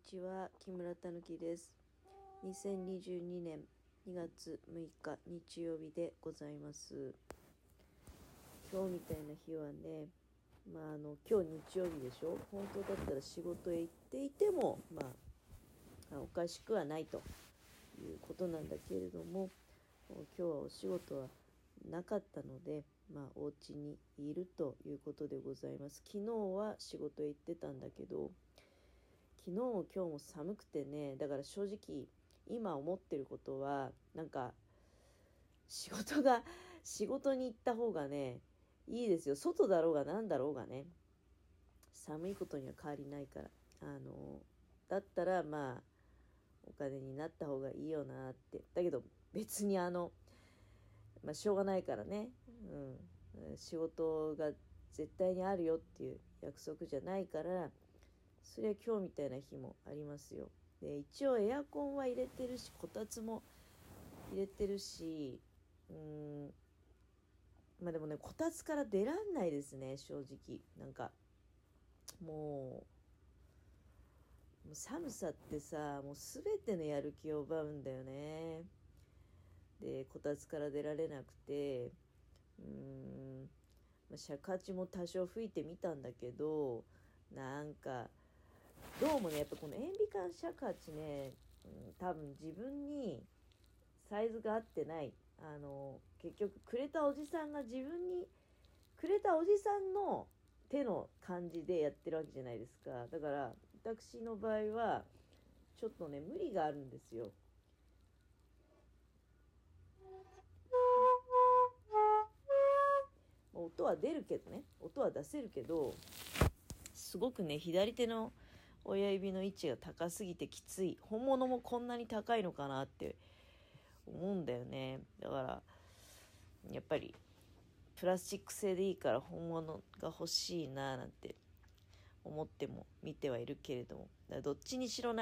ちは、木村たぬきです。2022年2月6日日曜日でございます。今日みたいな日はね、今日日曜日でしょ。本当だったら仕事へ行っていても、おかしくはないということなんだけれども、今日はお仕事はなかったので、お家にいるということでございます。昨日は仕事へ行ってたんだけど、昨日も今日も寒くてね、だから正直今思ってることは仕事に行った方がねいいですよ。外だろうがなんだろうがね、寒いことには変わりないから、だったらお金になった方がいいよなって。だけど別にしょうがないからね、仕事が絶対にあるよっていう約束じゃないから、それは今日みたいな日もありますよ。で、一応エアコンは入れてるし、こたつも入れてるし、でもね、こたつから出らんないですね、正直。もう寒さってさ、もう全てのやる気を奪うんだよね。で、こたつから出られなくて、シャカチも多少吹いてみたんだけど、どうもね、やっぱこの塩ビ管尺八ね、多分自分にサイズが合ってない。結局くれたおじさんが自分にくれたおじさんの手の感じでやってるわけじゃないですか。だから私の場合はちょっとね無理があるんですよ。音は出るけどね、音は出せるけど、すごくね左手の親指の位置が高すぎてきつい。本物もこんなに高いのかなって思うんだよね。だからやっぱりプラスチック製でいいから本物が欲しいななんて思っても見てはいるけれども、だからどっちにしろ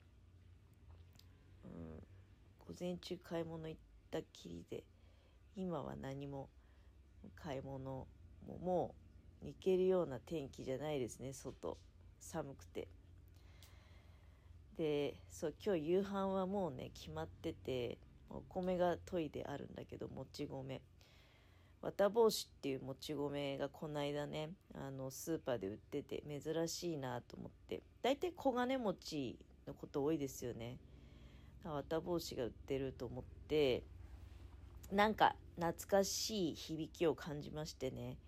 午前中買い物行ったきりで、今は何も買い物ももう行けるような天気じゃないですね。外寒くて。で、そう、今日夕飯はもうね決まってて、お米が研いであるんだけど、もち米、綿帽子っていうもち米がこないだねスーパーで売ってて珍しいなと思って。だいたい黄金餅のこと多いですよね。綿帽子が売ってると思って、懐かしい響きを感じましてね。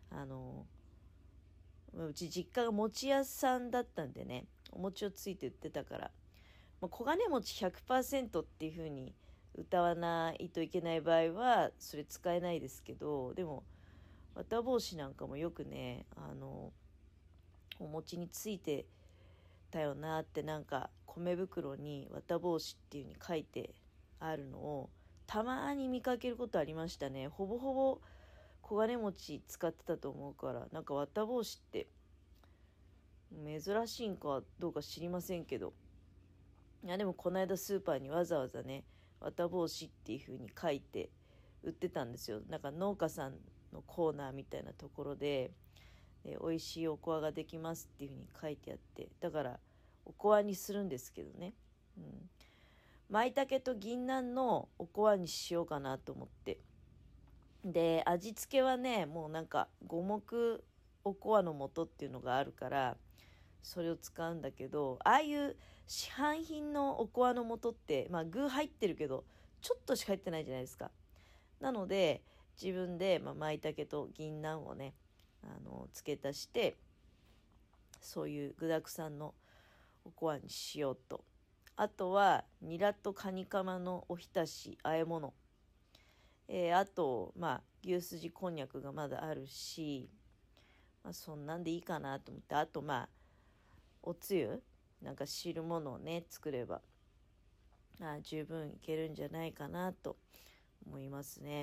うち実家が餅屋さんだったんでね、お餅をついて売ってたから、黄金餅 100% っていう風に歌わないといけない場合はそれ使えないですけど、でも綿帽子なんかもよくねお餅についてたよなって。米袋に綿帽子っていう風に書いてあるのをたまに見かけることありましたね。ほぼほぼ黄金餅使ってたと思うから、綿帽子って珍しいんかどうか知りませんけど、いやでもこの間スーパーにわざわざね綿帽子っていう風に書いて売ってたんですよ。農家さんのコーナーみたいなところで、美味しいおこわができますっていう風に書いてあって、だからおこわにするんですけどね、舞茸と銀杏のおこわにしようかなと思って。で、味付けはねもう五目おこわの素っていうのがあるからそれを使うんだけど、ああいう市販品のおこわの素って具入ってるけどちょっとしか入ってないじゃないですか。なので自分で舞茸と銀杏をね付け足して、そういう具沢山のおこわにしようと。あとはニラとカニカマのおひたし和え物、あと牛すじこんにゃくがまだあるし、そんなんでいいかなと思って。あとおつゆ汁物をね作れば十分いけるんじゃないかなと思いますね。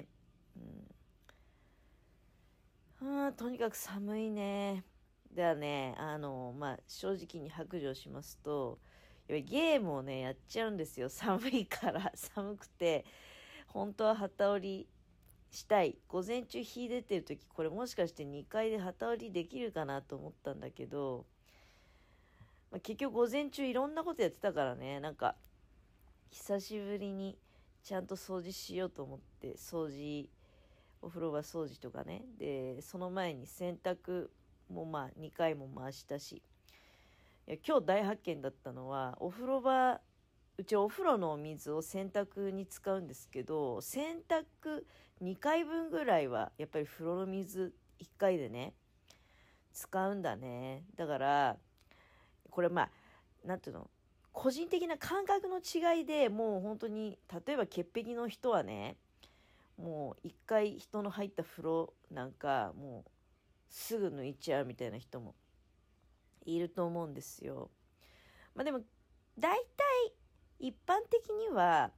とにかく寒いね。ではね正直に白状しますと、やっぱりゲームをねやっちゃうんですよ。寒いから寒くて本当は旗織りしたい。午前中日出てる時これもしかして2階で旗織りできるかなと思ったんだけど、 結局午前中いろんなことやってたからね、なんか久しぶりにちゃんと掃除しようと思ってお風呂場掃除とかね、でその前に洗濯も2回も回したし、いや今日大発見だったのは、うちお風呂のお水を洗濯に使うんですけど、洗濯2回分ぐらいはやっぱり風呂の水1回でね使うんだね。だからこれなんていうの、個人的な感覚の違いで、もう本当に例えば潔癖の人はね、もう1回人の入った風呂なんかもうすぐ抜いちゃうみたいな人もいると思うんですよ。でも大体一般的には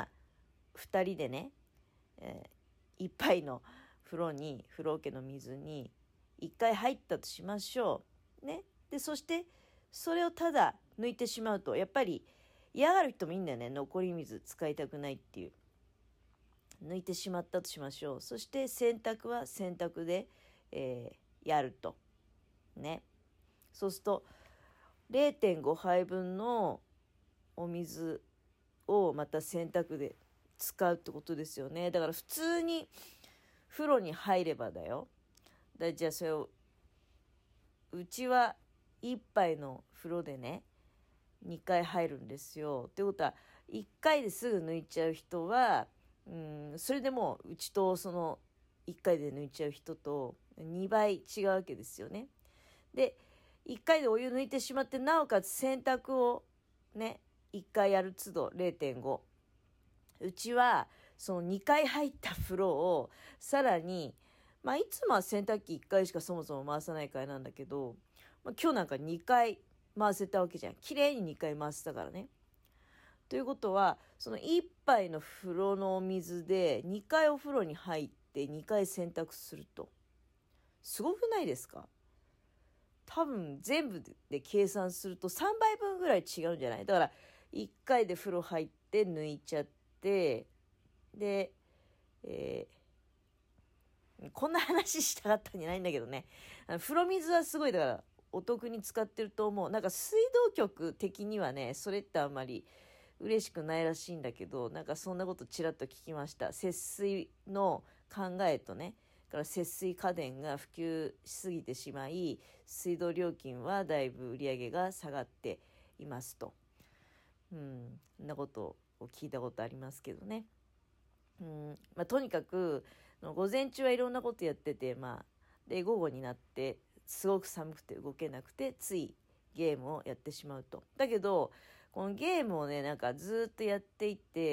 2人でね、1杯の風呂桶の水に1回入ったとしましょうね。でそしてそれをただ抜いてしまうと、やっぱり嫌がる人もいいんだよね。残り水使いたくないっていう。抜いてしまったとしましょう。そして洗濯は洗濯で、やるとね。そうすると 0.5 杯分のお水をまた洗濯で使うってことですよね。だから普通に風呂に入ればだよ。じゃあそれを、うちは1杯の風呂でね2回入るんですよ。ってことは1回ですぐ抜いちゃう人は、それでもうちとその1回で抜いちゃう人と2倍違うわけですよね。で1回でお湯抜いてしまって、なおかつ洗濯をね1回やる都度 0.5、 うちはその2回入った風呂をさらに、いつもは洗濯機1回しかそもそも回さないからなんだけど、今日なんか2回回せたわけじゃん。綺麗に2回回せたからね。ということはその1杯の風呂のお水で2回お風呂に入って2回洗濯すると、すごくないですか？多分全部で計算すると3倍分ぐらい違うんじゃない？だから1回で風呂入って抜いちゃって、で、こんな話したかったんじゃないんだけどね、風呂水はすごいだからお得に使ってると思う。なんか水道局的にはね、それってあんまり嬉しくないらしいんだけど、なんかそんなことちらっと聞きました。節水の考えとね、から節水家電が普及しすぎてしまい、水道料金はだいぶ売り上げが下がっていますと。そんなことを聞いたことありますけどね。とにかく午前中はいろんなことやってて、で午後になってすごく寒くて動けなくて、ついゲームをやってしまうと。だけどこのゲームをねなんかずっとやっていって、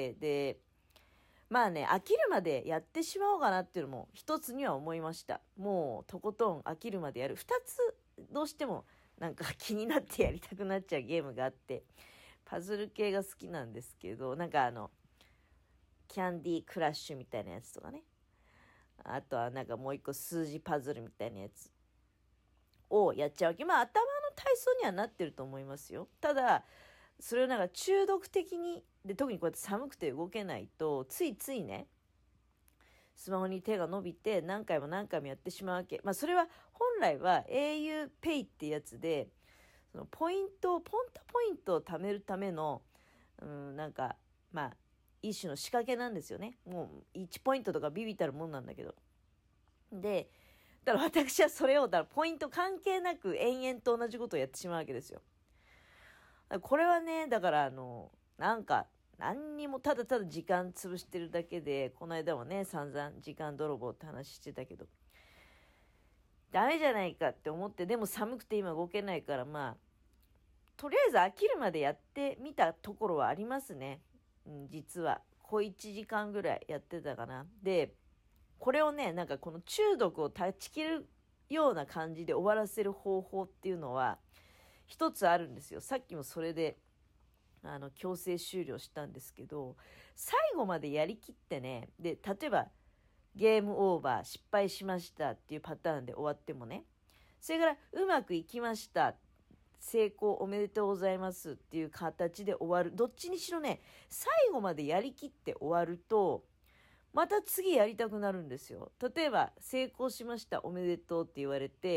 で飽きるまでやってしまおうかなっていうのも一つには思いました。もうとことん飽きるまでやる。二つどうしてもなんか気になってやりたくなっちゃうゲームがあって、パズル系が好きなんですけど、なんかキャンディークラッシュみたいなやつとかね、あとはなんかもう一個数字パズルみたいなやつをやっちゃうわけ。頭の体操にはなってると思いますよ。ただそれをなんか中毒的にで、特にこうやって寒くて動けないとついついねスマホに手が伸びて何回も何回もやってしまうわけ。それは本来は au ペイってやつで、そのポンタポイントを貯めるためのなんか一種の仕掛けなんですよね。もう1ポイントとかビビたるもんなんだけど、でだから私はそれをだからポイント関係なく延々と同じことをやってしまうわけですよ。これはね、だからなんか何にもただただ時間潰してるだけで、この間もね散々時間泥棒って話してたけど、ダメじゃないかって思って、でも寒くて今動けないから、とりあえず飽きるまでやってみたところはありますね。実は小1時間ぐらいやってたかな。でこれをねなんかこの中毒を断ち切るような感じで終わらせる方法っていうのは一つあるんですよ。さっきもそれで強制終了したんですけど、最後までやりきってね、で例えばゲームオーバー失敗しましたっていうパターンで終わってもね、それからうまくいきました成功おめでとうございますっていう形で終わる。どっちにしろね最後までやりきって終わるとまた次やりたくなるんですよ。例えば成功しましたおめでとうって言われて、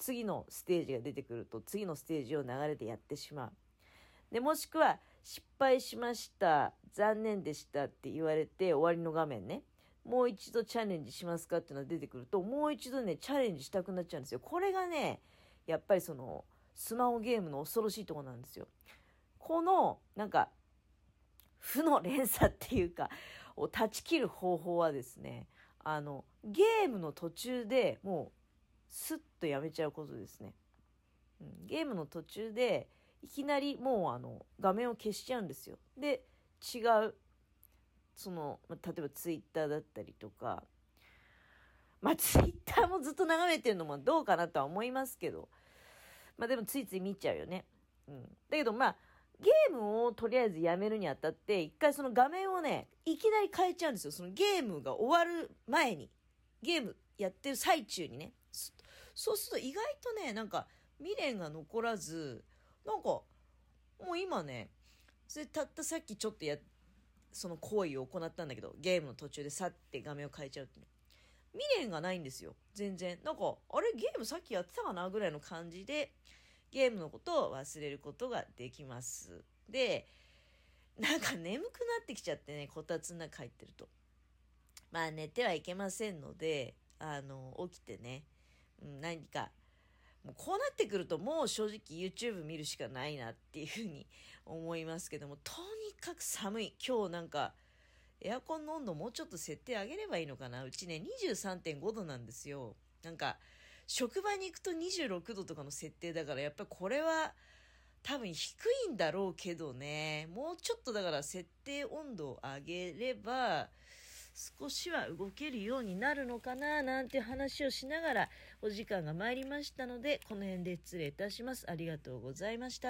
次のステージが出てくると次のステージを流れでやってしまう。でもしくは失敗しました、残念でしたって言われて終わりの画面ね、もう一度チャレンジしますかっていうのが出てくると、もう一度ねチャレンジしたくなっちゃうんですよ。これがねやっぱりそのスマホゲームの恐ろしいところなんですよ。このなんか負の連鎖っていうかを断ち切る方法はですね、ゲームの途中でもうスッとやめちゃうことですね。ゲームの途中でいきなりもう画面を消しちゃうんですよ。で、違うその例えばツイッターだったりとか、ツイッターもずっと眺めてるのもどうかなとは思いますけど、でもついつい見ちゃうよね。だけどゲームをとりあえずやめるにあたって一回その画面をねいきなり変えちゃうんですよ。そのゲームが終わる前に、ゲームやってる最中にね、そうすると意外とねなんか未練が残らず、なんかもう今ね、それたったさっきちょっとその行為を行ったんだけど、ゲームの途中でさって画面を変えちゃうってね、未練がないんですよ全然。なんかあれゲームさっきやってたかなぐらいの感じでゲームのことを忘れることができます。で、なんか眠くなってきちゃってね、こたつの中入ってると。寝てはいけませんので、起きてね、何か、もうこうなってくるともう正直 YouTube 見るしかないなっていうふうに思いますけども、とにかく寒い。今日なんか、エアコンの温度もうちょっと設定上げればいいのかな。うちね、23.5度なんですよ。なんか、職場に行くと26度とかの設定だから、やっぱりこれは多分低いんだろうけどね、もうちょっとだから設定温度を上げれば少しは動けるようになるのかななんて話をしながらお時間が参りましたので、この辺で失礼いたします。ありがとうございました。